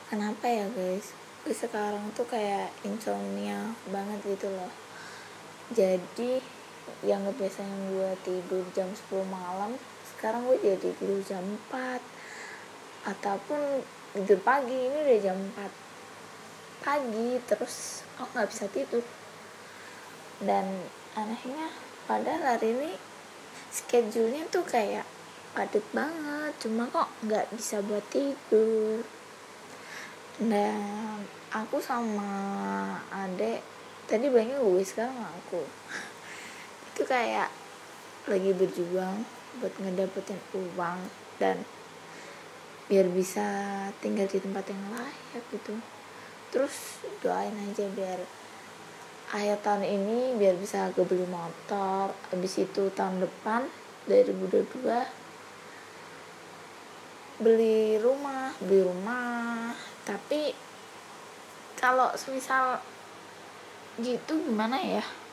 kenapa ya guys, gue sekarang tuh kayak insomnia banget gitu loh. Jadi yang biasanya gue tidur jam 10 malam, sekarang gue jadi tidur jam 4 ataupun tidur pagi. Ini udah jam 4 pagi terus aku gak bisa tidur. Dan anehnya padahal hari ini schedule-nya tuh kayak padat banget, cuma kok gak bisa buat tidur. Dan aku sama adek tadi banyak gue, sekarang aku itu kayak lagi berjuang buat ngedapetin uang dan biar bisa tinggal di tempat yang layak gitu. Terus doain aja biar akhir tahun ini biar bisa gue beli motor, habis itu tahun depan 2022 beli rumah. Tapi kalau semisal gitu gimana ya,